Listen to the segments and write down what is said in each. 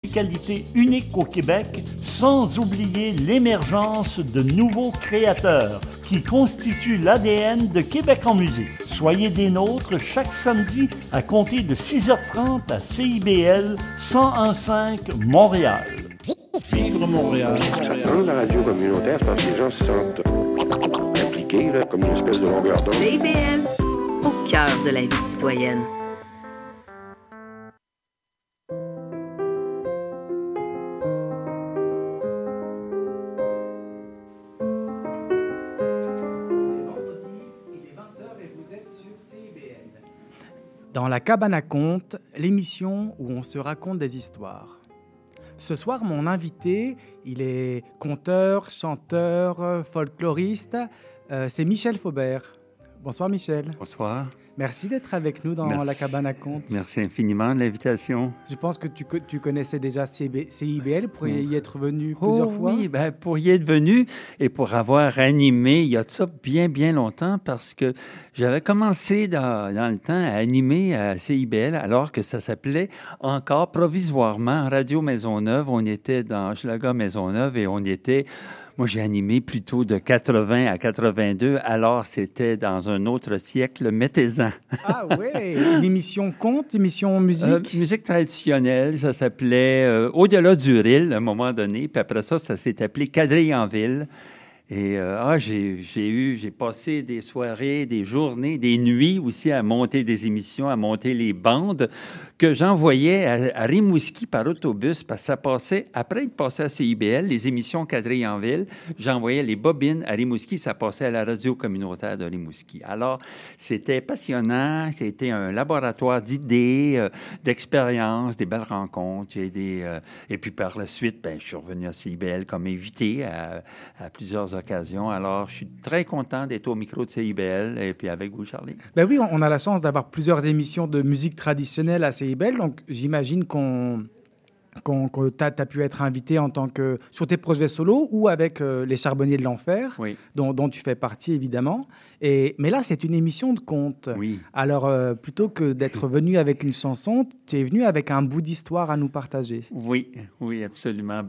musicalité unique au Québec, sans oublier l'émergence de nouveaux créateurs qui constituent l'ADN de Québec en musique. Soyez des nôtres chaque samedi à compter de 6h30 à CIBL 101.5 Montréal. Vivre Montréal. Dans la radio communautaire, c'est parce que les gens se sentent impliqués, là, comme une espèce de longueur d'onde. CIBL, au cœur de la vie citoyenne. Dans la cabane à contes, l'émission où on se raconte des histoires. Ce soir, mon invité, il est conteur, chanteur, folkloriste. C'est Michel Faubert. Bonsoir Michel. Bonsoir. Merci d'être avec nous dans la cabane à contes. Merci infiniment de l'invitation. Je pense que tu connaissais déjà CIBL pour y être venu plusieurs fois. Oui, pour y être venu et pour avoir animé, il y a de ça bien, bien longtemps, parce que j'avais commencé dans le temps à animer à CIBL alors que ça s'appelait encore provisoirement Radio Maisonneuve. On était dans Hochelaga Maisonneuve et on était... Moi, j'ai animé plutôt de 80 à 82, alors c'était dans un autre siècle, mettez-en. Ah oui, une émission conte, émission musique? Musique traditionnelle, ça s'appelait Au-delà du Ril, à un moment donné, puis après ça s'est appelé Quadrille en ville. Et j'ai passé des soirées, des journées, des nuits aussi à monter des émissions, à monter les bandes que j'envoyais à Rimouski par autobus, parce que ça passait, après il passait à CIBL, les émissions Quadrille en ville, j'envoyais les bobines à Rimouski, ça passait à la radio communautaire de Rimouski. Alors, c'était passionnant, c'était un laboratoire d'idées, d'expériences, des belles rencontres, et puis par la suite, je suis revenu à CIBL comme invité à plusieurs occasions. Alors, je suis très content d'être au micro de CIBL et puis avec vous, Charlie. Ben oui, on a la chance d'avoir plusieurs émissions de musique traditionnelle à CIBL, donc j'imagine que tu as pu être invité sur tes projets solo ou avec les Charbonniers de l'Enfer, oui, dont tu fais partie, évidemment. Mais là, c'est une émission de conte. Oui. Alors, plutôt que d'être venu avec une chanson, tu es venu avec un bout d'histoire à nous partager. Oui, absolument.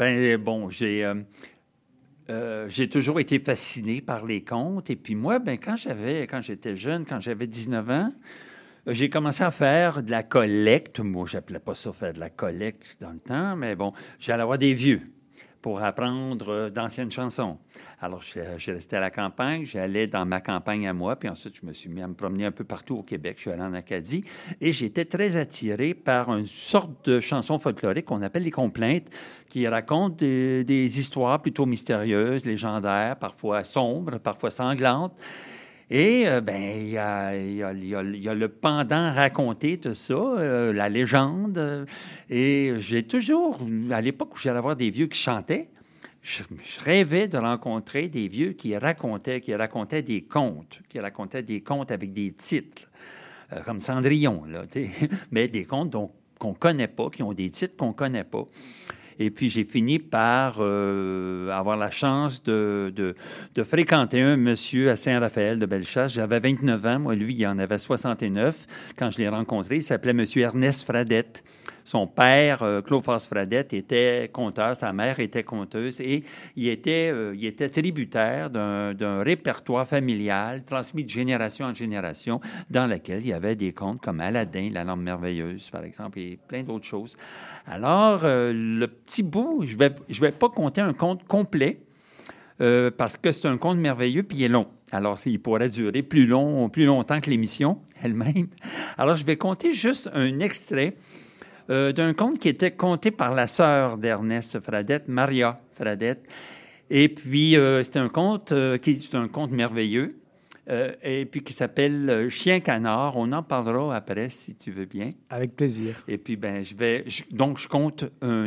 J'ai toujours été fasciné par les contes. Et puis moi, quand j'étais jeune, quand j'avais 19 ans, j'ai commencé à faire de la collecte. Moi, j'appelais pas ça faire de la collecte dans le temps, mais bon, j'allais voir des vieux pour apprendre d'anciennes chansons. Alors, je restais à la campagne, j'allais dans ma campagne à moi, puis ensuite, je me suis mis à me promener un peu partout au Québec. Je suis allé en Acadie et j'étais très attiré par une sorte de chanson folklorique qu'on appelle les complaintes, qui racontent des histoires plutôt mystérieuses, légendaires, parfois sombres, parfois sanglantes. Et il y a le pendant raconté de ça, la légende. Et j'ai toujours, à l'époque où j'allais voir des vieux qui chantaient, je rêvais de rencontrer des vieux qui racontaient des contes avec des titres, comme Cendrillon, là, mais des contes qu'on connaît pas, qui ont des titres qu'on connaît pas. Et puis, j'ai fini par avoir la chance de fréquenter un monsieur à Saint-Raphaël de Bellechasse. J'avais 29 ans. Moi, lui, il en avait 69. Quand je l'ai rencontré, il s'appelait monsieur Ernest Fradette. Son père, Claude Fradette, était conteur. Sa mère était conteuse. Et il était tributaire d'un répertoire familial transmis de génération en génération, dans lequel il y avait des contes comme Aladdin, la lampe merveilleuse, par exemple, et plein d'autres choses. Alors, le petit bout, je vais pas conter un conte complet, parce que c'est un conte merveilleux, puis il est long. Alors, il pourrait durer plus longtemps que l'émission elle-même. Alors, je vais conter juste un extrait d'un conte qui était conté par la sœur d'Ernest Fradette, Maria Fradette. Et puis, c'est un conte merveilleux, et puis qui s'appelle Chien-canard. On en parlera après, si tu veux bien. Avec plaisir. Et puis, je compte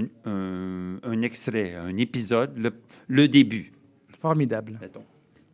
un extrait, un épisode, le début. Formidable. Mettons.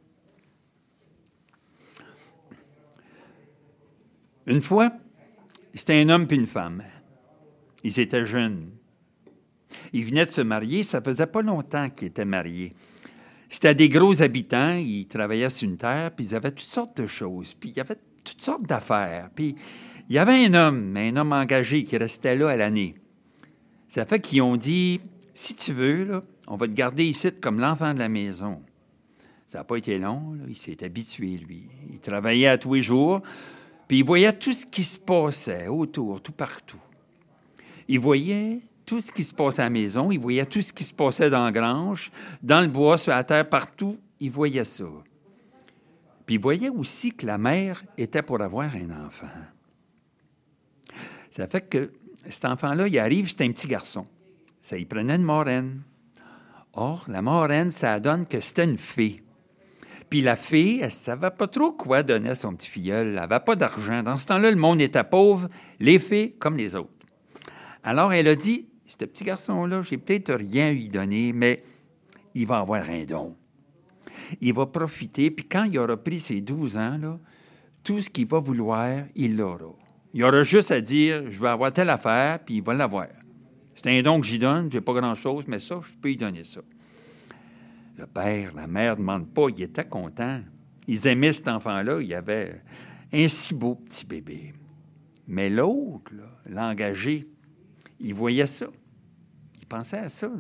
Une fois, c'était un homme puis une femme. Ils étaient jeunes. Ils venaient de se marier. Ça faisait pas longtemps qu'ils étaient mariés. C'était des gros habitants. Ils travaillaient sur une terre, puis ils avaient toutes sortes de choses. Puis il y avait toutes sortes d'affaires. Puis il y avait un homme engagé qui restait là à l'année. Ça fait qu'ils ont dit, si tu veux, là, on va te garder ici comme l'enfant de la maison. Ça n'a pas été long, là. Il s'est habitué, lui. Il travaillait à tous les jours, puis il voyait tout ce qui se passait autour, tout partout. Il voyait tout ce qui se passait à la maison, il voyait tout ce qui se passait dans la grange, dans le bois, sur la terre, partout, il voyait ça. Puis il voyait aussi que la mère était pour avoir un enfant. Ça fait que cet enfant-là, il arrive, c'est un petit garçon. Ça y prenait une marraine. Or, la marraine, ça donne que c'était une fée. Puis la fée, elle ne savait pas trop quoi donner à son petit filleul. Elle n'avait pas d'argent. Dans ce temps-là, le monde était pauvre, les fées comme les autres. Alors, elle a dit, ce petit garçon-là, j'ai peut-être rien à lui donner, mais il va avoir un don. Il va profiter, puis quand il aura pris ses 12 ans, là, tout ce qu'il va vouloir, il l'aura. Il aura juste à dire, je vais avoir telle affaire, puis il va l'avoir. C'est un don que j'y donne, j'ai pas grand-chose, mais ça, je peux lui donner ça. Le père, la mère ne demandent pas, ils étaient contents. Ils aimaient cet enfant-là, il avait un si beau petit bébé. Mais l'autre, là, l'engagé, il voyait ça. Il pensait à ça. Là.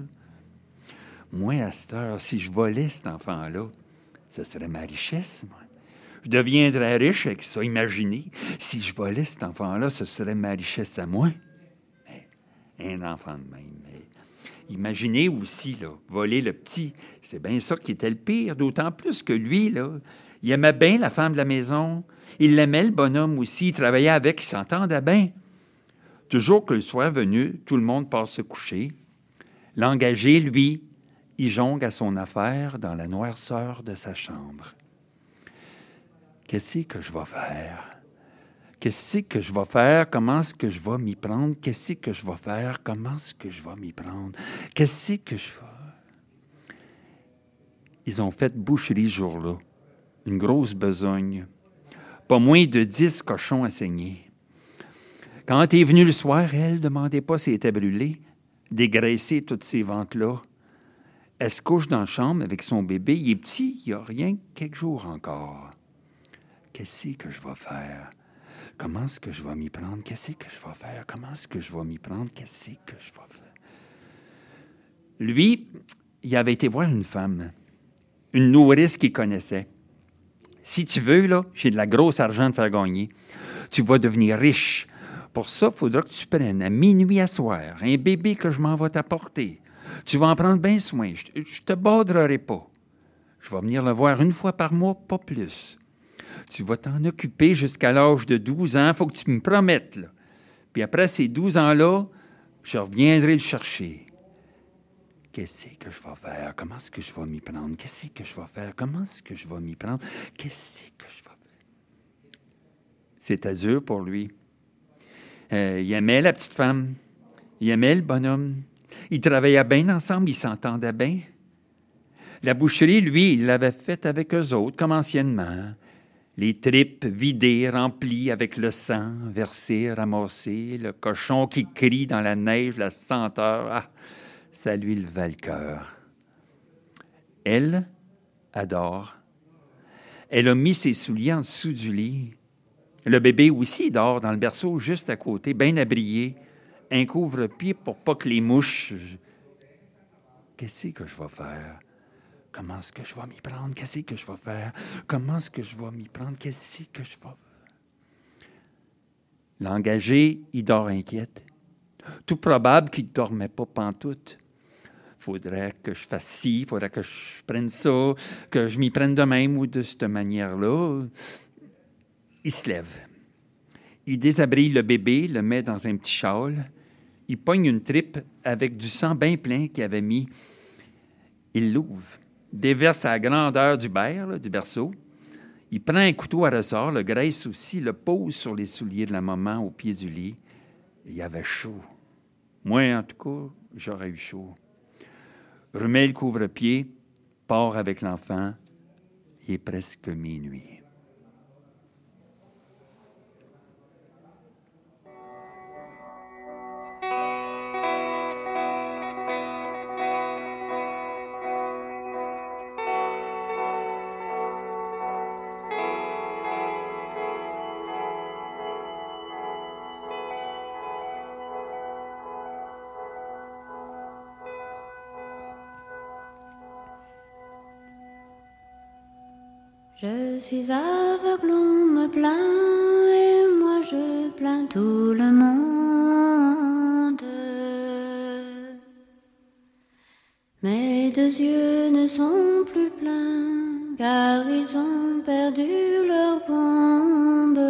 Moi, à cette heure, si je volais cet enfant-là, ce serait ma richesse, moi. Je deviendrais riche avec ça. Imaginez, si je volais cet enfant-là, ce serait ma richesse à moi. Mais, un enfant de même. Mais, imaginez aussi, là, voler le petit. C'est bien ça qui était le pire, d'autant plus que lui, là, il aimait bien la femme de la maison. Il l'aimait, le bonhomme aussi. Il travaillait avec, il s'entendait bien. Toujours que le soir venu, tout le monde part se coucher. L'engagé, lui, il jongle à son affaire dans la noirceur de sa chambre. Qu'est-ce que je vais faire? Qu'est-ce que je vais faire? Comment est-ce que je vais m'y prendre? Qu'est-ce que je vais faire? Comment est-ce que je vais m'y prendre? Qu'est-ce que je fais? Ils ont fait boucherie ce jour-là. Une grosse besogne. Pas moins de 10 cochons à saigner. Quand elle est venue le soir, elle ne demandait pas s'il était brûlé, dégraisser toutes ces ventes-là. Elle se couche dans la chambre avec son bébé. Il est petit, il n'y a rien, quelques jours encore. Qu'est-ce que je vais faire? Comment est-ce que je vais m'y prendre? Qu'est-ce que je vais faire? Comment est-ce que je vais m'y prendre? Qu'est-ce que je vais faire? Lui, il avait été voir une femme, une nourrice qu'il connaissait. Si tu veux, là, j'ai de la grosse argent à te faire gagner. Tu vas devenir riche. Pour ça, il faudra que tu prennes à minuit à soir un bébé que je m'en vais t'apporter. Tu vas en prendre bien soin. Je te borderai pas. Je vais venir le voir une fois par mois, pas plus. Tu vas t'en occuper jusqu'à l'âge de 12 ans. Il faut que tu me promettes, là. Puis après ces 12 ans-là, je reviendrai le chercher. Qu'est-ce que je vais faire? Comment est-ce que je vais m'y prendre? Qu'est-ce que je vais faire? Comment est-ce que je vais m'y prendre? Qu'est-ce que je vais faire? C'était dur pour lui. Il aimait la petite femme. Il aimait le bonhomme. Ils travaillaient bien ensemble. Ils s'entendaient bien. La boucherie, lui, il l'avait faite avec eux autres, comme anciennement. Les tripes vidées, remplies avec le sang, versé, ramassé, le cochon qui crie dans la neige, la senteur. Ah, ça lui levait le cœur. Elle adore. Elle a mis ses souliers en dessous du lit. Le bébé aussi dort dans le berceau juste à côté, bien abrié. Un couvre-pied pour pas que les mouches... Qu'est-ce que je vais faire? Comment est-ce que je vais m'y prendre? Qu'est-ce que je vais faire? Comment est-ce que je vais m'y prendre? Qu'est-ce que je vais faire? L'engagé, il dort inquiète. Tout probable qu'il ne dormait pas pantoute. Faudrait que je fasse ci, faudrait que je prenne ça, que je m'y prenne de même ou de cette manière-là. Il se lève. Il déshabille le bébé, le met dans un petit châle. Il pogne une tripe avec du sang bien plein qu'il avait mis. Il l'ouvre, déverse à la grandeur du berceau. Il prend un couteau à ressort, le graisse aussi, le pose sur les souliers de la maman au pied du lit. Il y avait chaud. Moi, en tout cas, j'aurais eu chaud. Remet le couvre-pied, part avec l'enfant. Il est presque minuit. Je suis aveugle, on me plaint, et moi je plains tout le monde. Mes deux yeux ne sont plus pleins, car ils ont perdu leur bombe.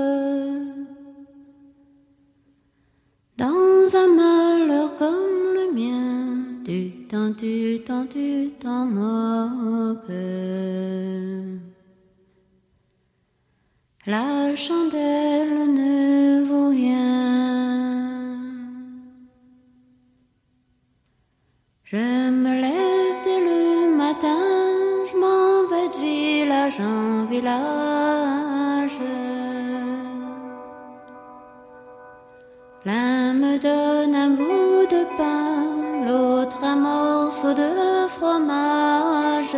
Dans un malheur comme le mien, tu t'en moques. La chandelle ne vaut rien. Je me lève dès le matin, je m'en vais de village en village. L'un me donne un bout de pain, l'autre un morceau de fromage.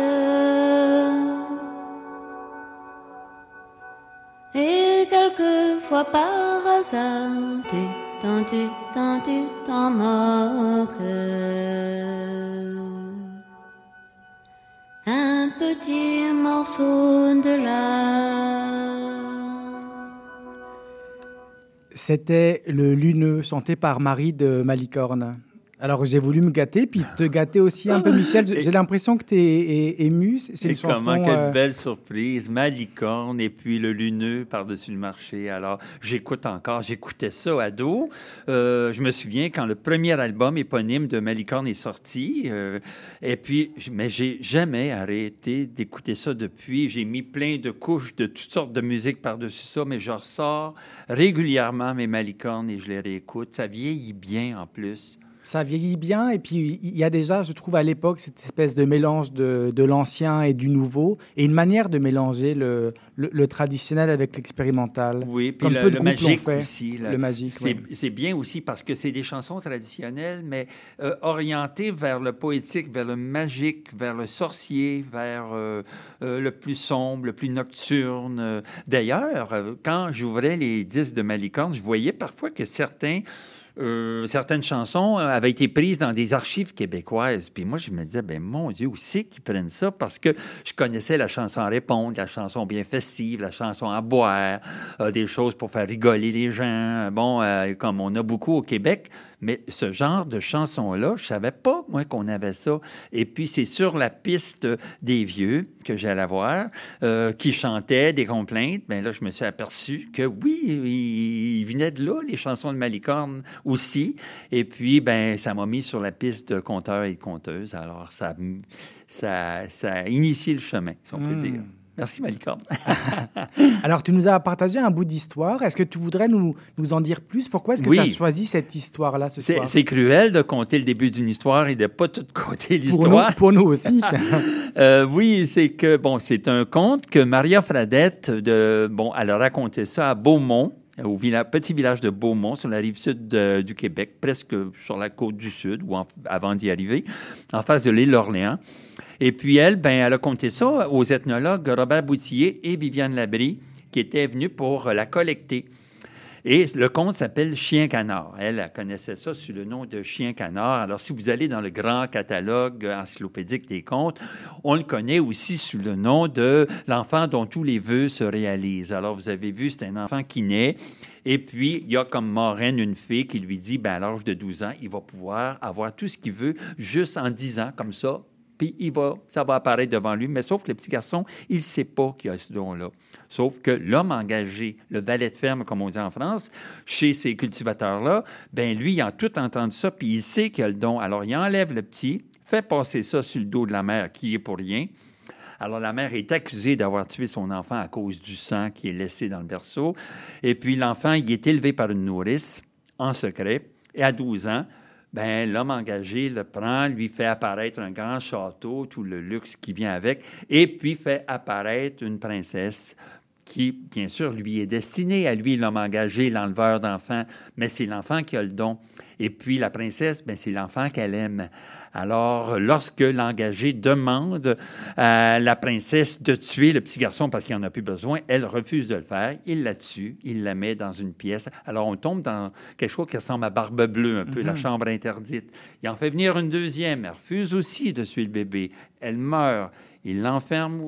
Et quelquefois par hasard, tu t'en moques. Un petit morceau de lard. C'était Le Luneux, chanté par Marie de Malicorne. Alors, j'ai voulu me gâter, puis te gâter aussi un peu, Michel. J'ai l'impression que tu es ému. C'est une chanson... Quelle belle surprise. Malicorne et puis Le Luneux par-dessus le marché. Alors, j'écoutais ça ado. Je me souviens quand le premier album éponyme de Malicorne est sorti. Mais j'ai jamais arrêté d'écouter ça depuis. J'ai mis plein de couches de toutes sortes de musique par-dessus ça, mais je ressors régulièrement mes Malicorne et je les réécoute. Ça vieillit bien en plus. Ça vieillit bien, et puis il y a déjà, je trouve, à l'époque, cette espèce de mélange de l'ancien et du nouveau, et une manière de mélanger le traditionnel avec l'expérimental. Oui, puis comme peu de le groupes magique l'ont fait. aussi. Le magique, c'est bien aussi parce que c'est des chansons traditionnelles, mais orientées vers le poétique, vers le magique, vers le sorcier, vers le plus sombre, le plus nocturne. D'ailleurs, quand j'ouvrais les disques de Malicorne, je voyais parfois que certaines chansons avaient été prises dans des archives québécoises. Puis moi, je me disais, mon Dieu, où c'est qu'ils prennent ça? Parce que je connaissais la chanson à répondre, la chanson bien festive, la chanson à boire, des choses pour faire rigoler les gens. Comme on a beaucoup au Québec. Mais ce genre de chanson-là, je savais pas, moi, qu'on avait ça. Et puis, c'est sur la piste des vieux que j'allais voir, qui chantaient des complaintes. Bien là, je me suis aperçu que oui, ils venaient de là, les chansons de Malicorne aussi. Et puis, ça m'a mis sur la piste de conteurs et de conteuses. Alors, ça a initié le chemin, si on peut dire. Merci, Malicorne. Alors, tu nous as partagé un bout d'histoire. Est-ce que tu voudrais nous en dire plus? Pourquoi est-ce que tu as choisi cette histoire-là ce soir? C'est cruel de compter le début d'une histoire et de ne pas tout compter l'histoire. Pour nous aussi. Oui, c'est un conte que Maria Fradette, elle a raconté ça à Beaumont, au petit village de Beaumont, sur la rive sud du Québec, presque sur la côte du Sud, ou avant d'y arriver, en face de l'île d'Orléans. Et puis elle a conté ça aux ethnologues Robert Boutillier et Viviane Labrie, qui étaient venus pour la collecter. Et le conte s'appelle Chien-canard. Elle connaissait ça sous le nom de Chien-canard. Alors, si vous allez dans le grand catalogue encyclopédique des contes, on le connaît aussi sous le nom de l'enfant dont tous les vœux se réalisent. Alors, vous avez vu, c'est un enfant qui naît. Et puis, il y a comme marraine une fille qui lui dit, à l'âge de 12 ans, il va pouvoir avoir tout ce qu'il veut juste en 10 ans, comme ça. Puis ça va apparaître devant lui. Mais sauf que le petit garçon, il ne sait pas qu'il y a ce don-là. Sauf que l'homme engagé, le valet de ferme, comme on dit en France, chez ces cultivateurs-là, lui, il a tout entendu ça, puis il sait qu'il a le don. Alors, il enlève le petit, fait passer ça sur le dos de la mère, qui est pour rien. Alors, la mère est accusée d'avoir tué son enfant à cause du sang qui est laissé dans le berceau. Et puis, l'enfant, il est élevé par une nourrice, en secret, et à 12 ans, l'homme engagé le prend, lui fait apparaître un grand château, tout le luxe qui vient avec, et puis fait apparaître une princesse qui, bien sûr, lui est destinée. À lui, l'homme engagé, l'enleveur d'enfants, mais c'est l'enfant qui a le don. Et puis, la princesse, c'est l'enfant qu'elle aime. Alors, lorsque l'engagé demande à la princesse de tuer le petit garçon parce qu'il n'en a plus besoin, elle refuse de le faire. Il la tue, il la met dans une pièce. Alors, on tombe dans quelque chose qui ressemble à Barbe Bleue, un peu, la chambre interdite. Il en fait venir une deuxième. Elle refuse aussi de tuer le bébé. Elle meurt. Il l'enferme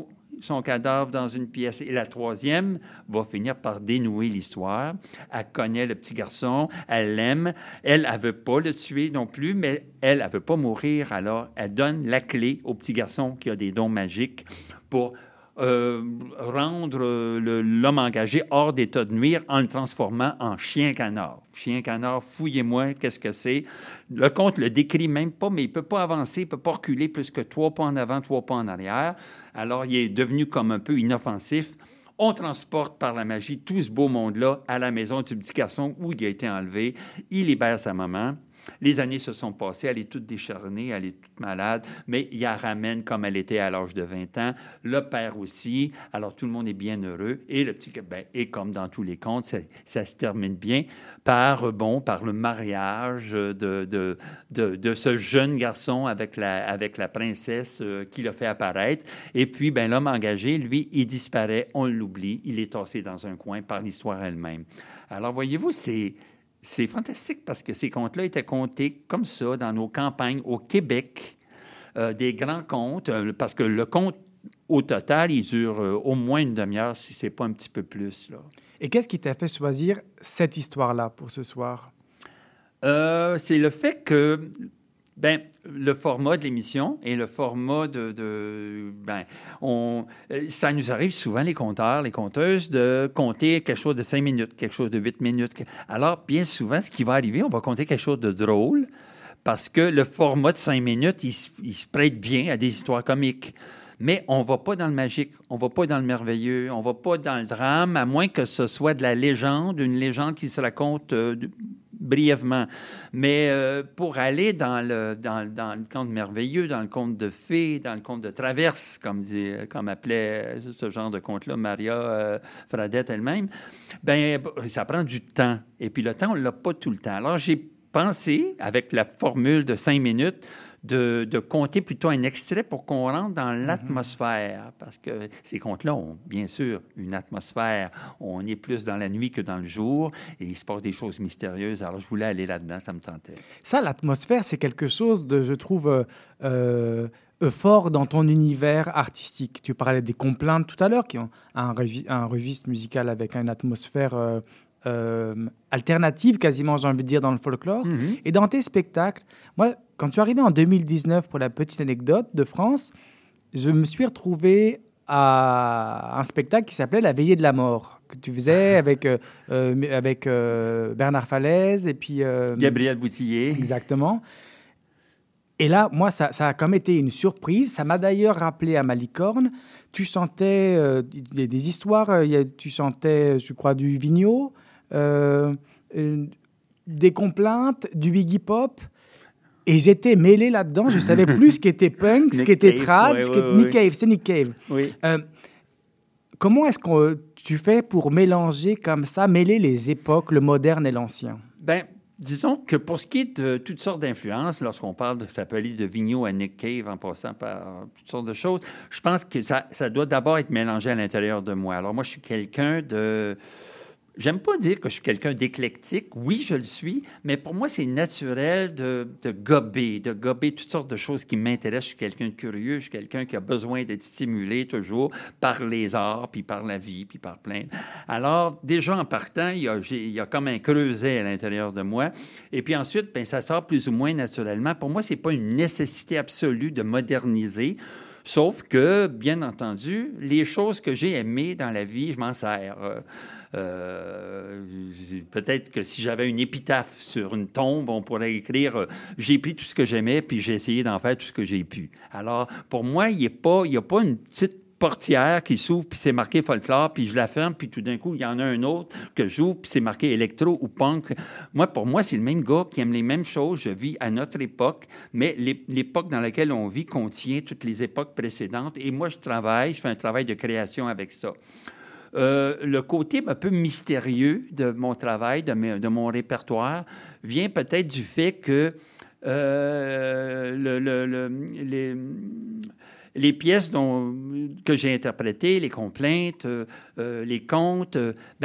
son cadavre dans une pièce. Et la troisième va finir par dénouer l'histoire. Elle connaît le petit garçon, elle l'aime. Elle ne veut pas le tuer non plus, mais elle ne veut pas mourir. Alors, elle donne la clé au petit garçon qui a des dons magiques pour rendre l'homme engagé hors d'état de nuire en le transformant en chien-canard. Chien-canard, fouillez-moi, qu'est-ce que c'est? Le conte le décrit même pas, mais il ne peut pas avancer, il ne peut pas reculer plus que 3 pas en avant, 3 pas en arrière. Alors, il est devenu comme un peu inoffensif. On transporte par la magie tout ce beau monde-là à la maison du petit garçon où il a été enlevé. Il libère sa maman. Les années se sont passées, elle est toute décharnée, elle est toute malade, mais il la ramène comme elle était à l'âge de 20 ans, le père aussi, alors tout le monde est bien heureux, et le petit, et comme dans tous les contes, ça se termine bien par le mariage de ce jeune garçon avec la princesse qui l'a fait apparaître, et puis l'homme engagé, lui, il disparaît, on l'oublie, il est tassé dans un coin par l'histoire elle-même. Alors voyez-vous, c'est fantastique parce que ces contes-là étaient contés comme ça dans nos campagnes au Québec, des grands contes, parce que le conte, au total, il dure au moins une demi-heure, si ce n'est pas un petit peu plus, là. Et qu'est-ce qui t'a fait choisir cette histoire-là pour ce soir? C'est le fait que le format de l'émission et le format ça nous arrive souvent, les conteurs, les conteuses, de compter quelque chose de 5 minutes, quelque chose de 8 minutes. Alors, bien souvent, ce qui va arriver, on va compter quelque chose de drôle parce que le format de 5 minutes, il se prête bien à des histoires comiques. Mais on ne va pas dans le magique, on ne va pas dans le merveilleux, on ne va pas dans le drame, à moins que ce soit de la légende, une légende qui se raconte brièvement. Mais pour aller dans le conte merveilleux, dans le conte de fées, dans le conte de traverse, comme appelait ce genre de conte-là Maria Fradette elle-même, ça prend du temps. Et puis le temps, on ne l'a pas tout le temps. Alors, j'ai pensé, avec la formule de 5 minutes, de compter plutôt un extrait pour qu'on rentre dans l'atmosphère. Parce que ces contes-là ont, bien sûr, une atmosphère. On est plus dans la nuit que dans le jour et il se passe des choses mystérieuses. Alors, je voulais aller là-dedans, ça me tentait. Ça, l'atmosphère, c'est quelque chose de, je trouve, fort dans ton univers artistique. Tu parlais des complaintes tout à l'heure, qui ont un registre musical avec une atmosphère alternative, quasiment, j'ai envie de dire, dans le folklore. Mm-hmm. Et dans tes spectacles, moi, quand tu es arrivé en 2019, pour la petite anecdote de France, je me suis retrouvé à un spectacle qui s'appelait La Veillée de la Mort, que tu faisais avec Bernard Falaise et puis... Gabriel Boutillier. Exactement. Et là, moi, ça a comme été une surprise. Ça m'a d'ailleurs rappelé à Malicorne. Tu chantais des histoires. Tu chantais, je crois, du Vigneault, des complaintes, du Biggie Pop. Et j'étais mêlé là-dedans. Je ne savais plus ce qu'était punk, ce qu'était trad, ce qu'était Nick Cave. C'est Nick Cave. Oui. Comment est-ce que tu fais pour mélanger comme ça, mêler les époques, le moderne et l'ancien? Disons que pour ce qui est de toutes sortes d'influences, lorsqu'on parle de, ça peut aller de Vigneault à Nick Cave en passant par toutes sortes de choses, je pense que ça doit d'abord être mélangé à l'intérieur de moi. Alors moi, je suis quelqu'un de... J'aime pas dire que je suis quelqu'un d'éclectique. Oui, je le suis, mais pour moi, c'est naturel de gober toutes sortes de choses qui m'intéressent. Je suis quelqu'un de curieux, je suis quelqu'un qui a besoin d'être stimulé toujours par les arts, puis par la vie, puis par plein. Alors, déjà en partant, il y a comme un creuset à l'intérieur de moi. Et puis ensuite, ça sort plus ou moins naturellement. Pour moi, c'est pas une nécessité absolue de moderniser. Sauf que, bien entendu, les choses que j'ai aimées dans la vie, je m'en sers. Peut-être que si j'avais une épitaphe sur une tombe, on pourrait écrire j'ai pris tout ce que j'aimais, puis j'ai essayé d'en faire tout ce que j'ai pu. Alors, pour moi, il n'y a pas une petite portière qui s'ouvre, puis c'est marqué folklore, puis je la ferme, puis tout d'un coup, il y en a un autre que j'ouvre, puis c'est marqué électro ou punk. Pour moi, c'est le même gars qui aime les mêmes choses. Je vis à notre époque, mais l'époque dans laquelle on vit contient toutes les époques précédentes. Et moi, je fais un travail de création avec ça. Le côté un peu mystérieux de mon travail, de mon répertoire, vient peut-être du fait que les pièces que j'ai interprétées, les complaintes, les contes,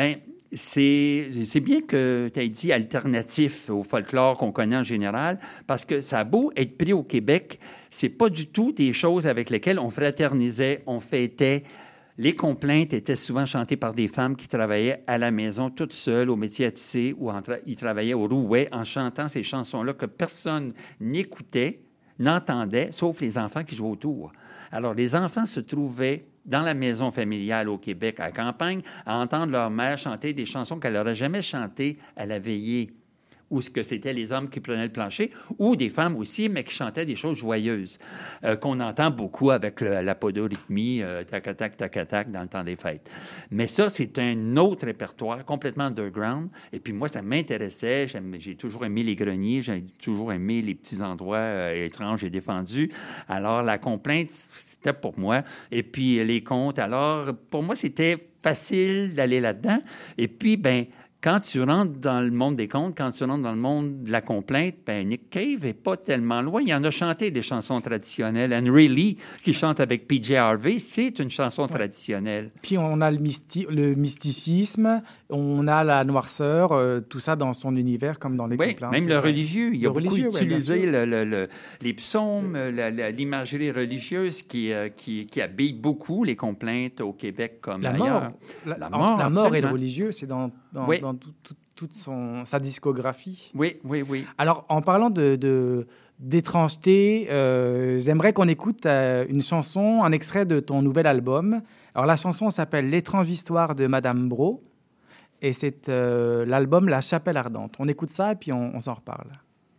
c'est bien que tu aies dit alternatif au folklore qu'on connaît en général, parce que ça a beau être pris au Québec, c'est pas du tout des choses avec lesquelles on fraternisait, on fêtait. Les complaintes étaient souvent chantées par des femmes qui travaillaient à la maison toutes seules au métier à tisser ou ils travaillaient au rouet en chantant ces chansons-là que personne n'écoutait, n'entendait, sauf les enfants qui jouaient autour. Alors, les enfants se trouvaient dans la maison familiale au Québec, à la campagne, à entendre leur mère chanter des chansons qu'elle n'aurait jamais chantées à la veillée, ou que c'était les hommes qui prenaient le plancher, ou des femmes aussi, mais qui chantaient des choses joyeuses, qu'on entend beaucoup avec la podorythmie, tac-tac, tac-tac, dans le temps des fêtes. Mais ça, c'est un autre répertoire complètement underground. Et puis moi, ça m'intéressait. J'ai toujours aimé les greniers, j'ai toujours aimé les petits endroits étranges et défendus. Alors, la complainte, c'était pour moi. Et puis, les contes, alors, pour moi, c'était facile d'aller là-dedans. Et puis, bien, quand tu rentres dans le monde des contes, quand tu rentres dans le monde de la complainte, ben Nick Cave n'est pas tellement loin. Il en a chanté des chansons traditionnelles. Henry Lee, qui chante avec P.J. Harvey, c'est une chanson traditionnelle. Puis on a le mysticisme, on a la noirceur, tout ça dans son univers comme dans les complaintes. Même le religieux. Il a beaucoup utilisé ouais, les psaumes, l'imagerie religieuse qui habille beaucoup les complaintes au Québec comme ailleurs. La mort et le religieux, c'est dans toute sa discographie. Oui. Alors, en parlant d'étrangeté, j'aimerais qu'on écoute une chanson, un extrait de ton nouvel album. Alors, la chanson s'appelle « L'étrange histoire de Madame Brault » et c'est l'album « La chapelle ardente ». On écoute ça et puis on s'en reparle.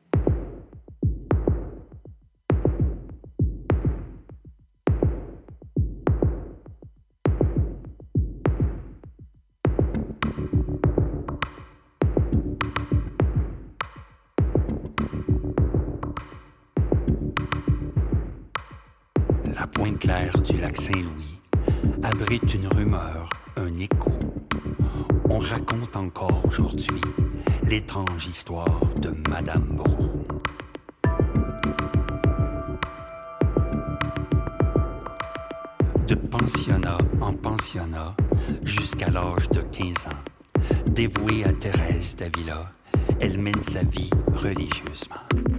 La pointe claire du lac Saint-Louis abrite une rumeur, un écho. On raconte encore aujourd'hui l'étrange histoire de Madame Brault. De pensionnat en pensionnat, jusqu'à l'âge de 15 ans, dévouée à Thérèse d'Avila, elle mène sa vie religieusement.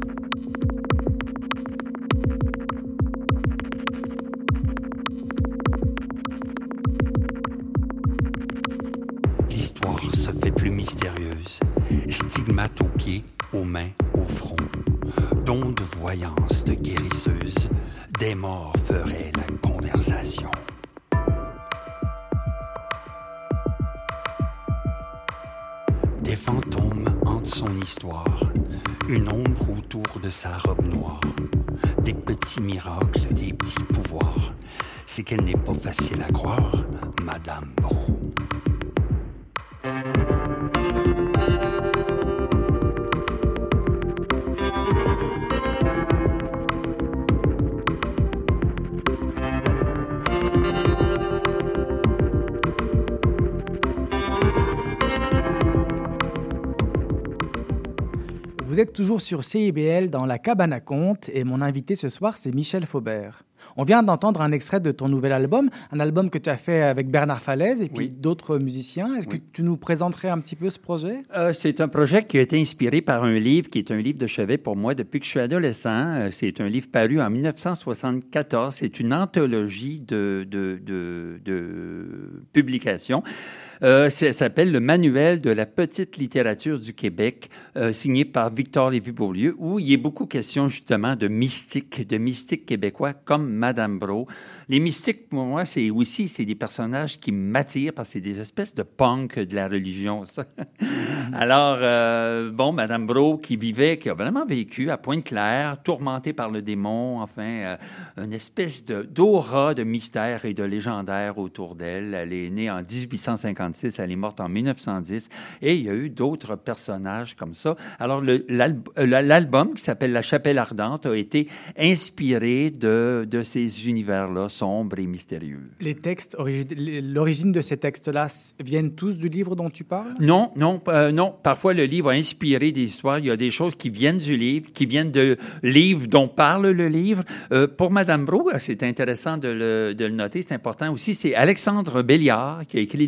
L'histoire se fait plus mystérieuse, stigmates aux pieds, aux mains, au front, dons de voyance de guérisseuse, des morts feraient la conversation. Des fantômes hantent son histoire, une ombre autour de sa robe noire, des petits miracles, des petits pouvoirs. C'est qu'elle n'est pas facile à croire, Madame Brault. Vous êtes toujours sur CIBL dans la cabane à contes et mon invité ce soir, c'est Michel Faubert. On vient d'entendre un extrait de ton nouvel album, un album que tu as fait avec Bernard Falaise et puis d'autres musiciens. Est-ce que tu nous présenterais un petit peu ce projet? C'est un projet qui a été inspiré par un livre qui est un livre de chevet pour moi depuis que je suis adolescent. C'est un livre paru en 1974. C'est une anthologie de publications. Ça s'appelle le Manuel de la petite littérature du Québec, signé par Victor Lévy-Beaulieu, où il est beaucoup question justement de mystiques québécois comme Madame Brault. Les mystiques, pour moi, c'est des personnages qui m'attirent parce que c'est des espèces de punk de la religion. Ça. Alors, Madame Brault qui a vraiment vécu à Pointe-Claire, tourmentée par le démon, enfin, une espèce d'aura de mystère et de légendaire autour d'elle. Elle est née en 1856, elle est morte en 1910, et il y a eu d'autres personnages comme ça. Alors, l'album qui s'appelle La chapelle ardente a été inspiré de ces univers-là, sombres et mystérieux. Les textes, l'origine de ces textes-là viennent tous du livre dont tu parles? Non. Parfois, le livre a inspiré des histoires. Il y a des choses qui viennent du livre, qui viennent de livres dont parle le livre. Pour Madame Brault, c'est intéressant de le noter, c'est important aussi. C'est Alexandre Béliard qui a écrit le texte.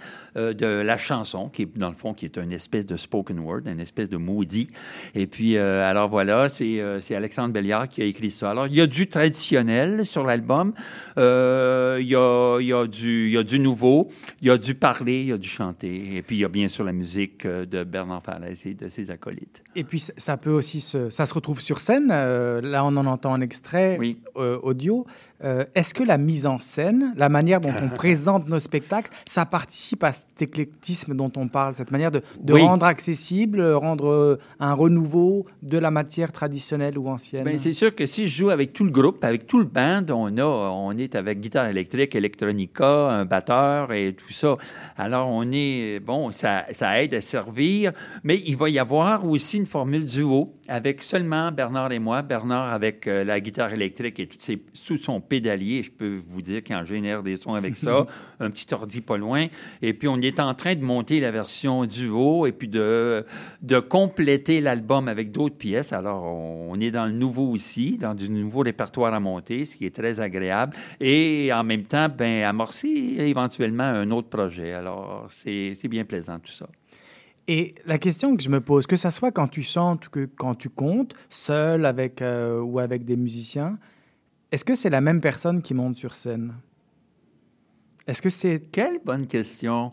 de la chanson, qui est, dans le fond, qui est une espèce de spoken word, une espèce de maudit. Et puis, alors voilà, c'est Alexandre Belliard qui a écrit ça. Alors, il y a du traditionnel sur l'album, il y a du nouveau, il y a du parler, il y a du chanter. Et puis, il y a bien sûr la musique de Bernard Falaise et de ses acolytes. Et puis, ça peut aussi ça se retrouve sur scène. Là, on en entend un extrait audio. Est-ce que la mise en scène, la manière dont on présente nos spectacles, ça participe à cet éclectisme dont on parle, cette manière de rendre accessible, rendre un renouveau de la matière traditionnelle ou ancienne? Bien, c'est sûr que si je joue avec tout le groupe, avec tout le band, on est avec guitare électrique, électronica, un batteur et tout ça. Alors, ça aide à servir, mais il va y avoir aussi une formule duo avec seulement Bernard et moi. Bernard avec la guitare électrique et tout son pédalier. Je peux vous dire qu'il en génère des sons avec ça. Un petit ordi pas loin. Et puis, on est en train de monter la version duo et puis de compléter l'album avec d'autres pièces. Alors, on est dans le nouveau aussi, dans du nouveau répertoire à monter, ce qui est très agréable. Et en même temps, amorcer éventuellement un autre projet. Alors, c'est bien plaisant tout ça. Et la question que je me pose, que ça soit quand tu chantes ou que quand tu comptes, seul ou avec des musiciens, est-ce que c'est la même personne qui monte sur scène? Est-ce que c'est... Quelle bonne question.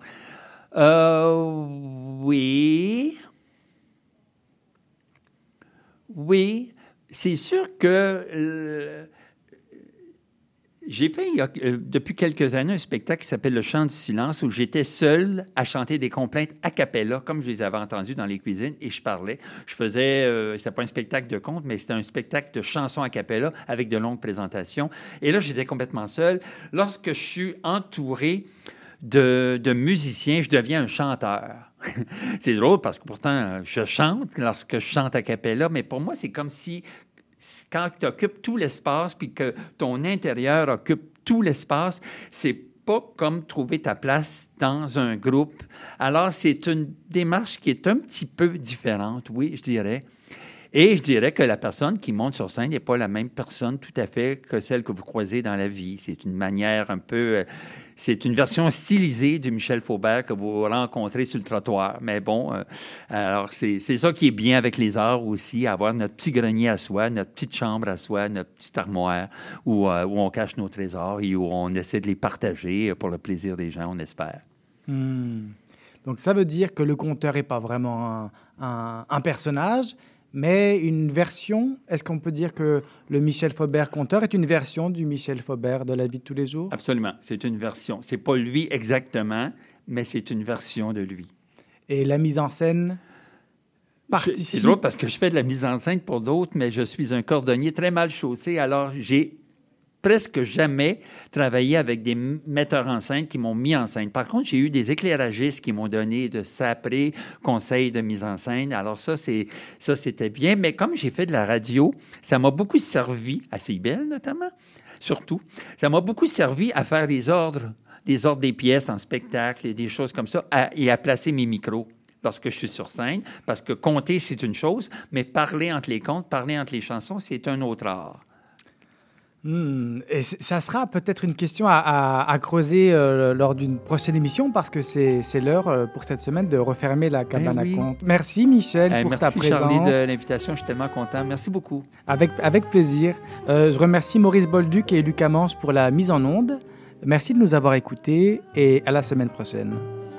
Oui. Oui. C'est sûr que... J'ai fait, depuis quelques années, un spectacle qui s'appelle Le Chant du silence, où j'étais seul à chanter des complaintes a cappella, comme je les avais entendues dans les cuisines, et je parlais. Je faisais, c'était pas un spectacle de conte, mais c'était un spectacle de chansons a cappella avec de longues présentations. Et là, j'étais complètement seul. Lorsque je suis entouré de musiciens, je deviens un chanteur. C'est drôle parce que pourtant, je chante lorsque je chante a cappella, mais pour moi, c'est comme si... Quand tu occupes tout l'espace puis que ton intérieur occupe tout l'espace, c'est pas comme trouver ta place dans un groupe. Alors, c'est une démarche qui est un petit peu différente, oui, je dirais. Et je dirais que la personne qui monte sur scène n'est pas la même personne tout à fait que celle que vous croisez dans la vie. C'est une manière un peu... c'est une version stylisée du Michel Faubert que vous rencontrez sur le trottoir. Mais bon, alors c'est ça qui est bien avec les arts aussi, avoir notre petit grenier à soi, notre petite chambre à soi, notre petite armoire où on cache nos trésors et où on essaie de les partager pour le plaisir des gens, on espère. Donc ça veut dire que le conteur n'est pas vraiment un personnage, mais une version. Est-ce qu'on peut dire que le Michel Faubert conteur est une version du Michel Faubert de la vie de tous les jours? Absolument, c'est une version. C'est pas lui exactement, mais c'est une version de lui. Et la mise en scène participe... C'est drôle parce que je fais de la mise en scène pour d'autres, mais je suis un cordonnier très mal chaussé, alors j'ai presque jamais travaillé avec des metteurs en scène qui m'ont mis en scène. Par contre, j'ai eu des éclairagistes qui m'ont donné de saprés conseils de mise en scène. Alors ça, c'était bien. Mais comme j'ai fait de la radio, ça m'a beaucoup servi, à CIBL notamment, surtout, ça m'a beaucoup servi à faire des ordres des pièces en spectacle et des choses comme ça, et à placer mes micros lorsque je suis sur scène, parce que compter, c'est une chose, mais parler entre les contes, parler entre les chansons, c'est un autre art. Et ça sera peut-être une question à creuser lors d'une prochaine émission, parce que c'est l'heure pour cette semaine de refermer la cabane à contes. Merci Michel pour ta présence. Merci Charlie de l'invitation, je suis tellement content. Merci beaucoup. Avec plaisir. Je remercie Maurice Bolduc et Lucas Manche pour la mise en onde. Merci de nous avoir écoutés et à la semaine prochaine.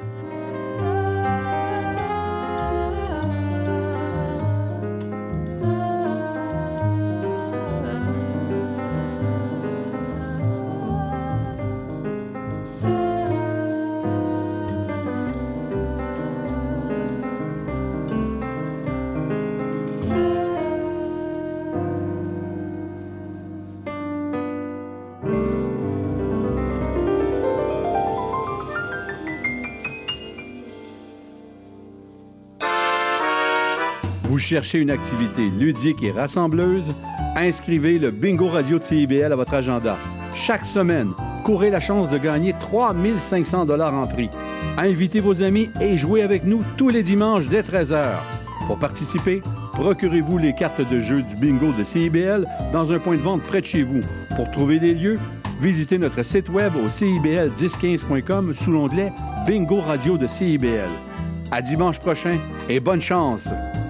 Vous cherchez une activité ludique et rassembleuse? Inscrivez le Bingo Radio de CIBL à votre agenda. Chaque semaine, courez la chance de gagner 3 500 $ en prix. Invitez vos amis et jouez avec nous tous les dimanches dès 13h. Pour participer, procurez-vous les cartes de jeu du Bingo de CIBL dans un point de vente près de chez vous. Pour trouver des lieux, Visitez notre site web au CIBL1015.com sous l'onglet Bingo Radio de CIBL. À dimanche prochain et bonne chance!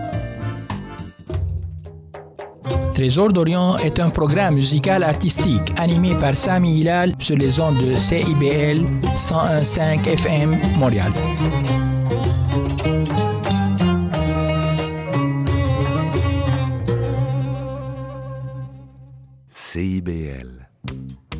Trésor d'Orient est un programme musical artistique animé par Sami Hilal sur les ondes de CIBL 101.5 FM Montréal. CIBL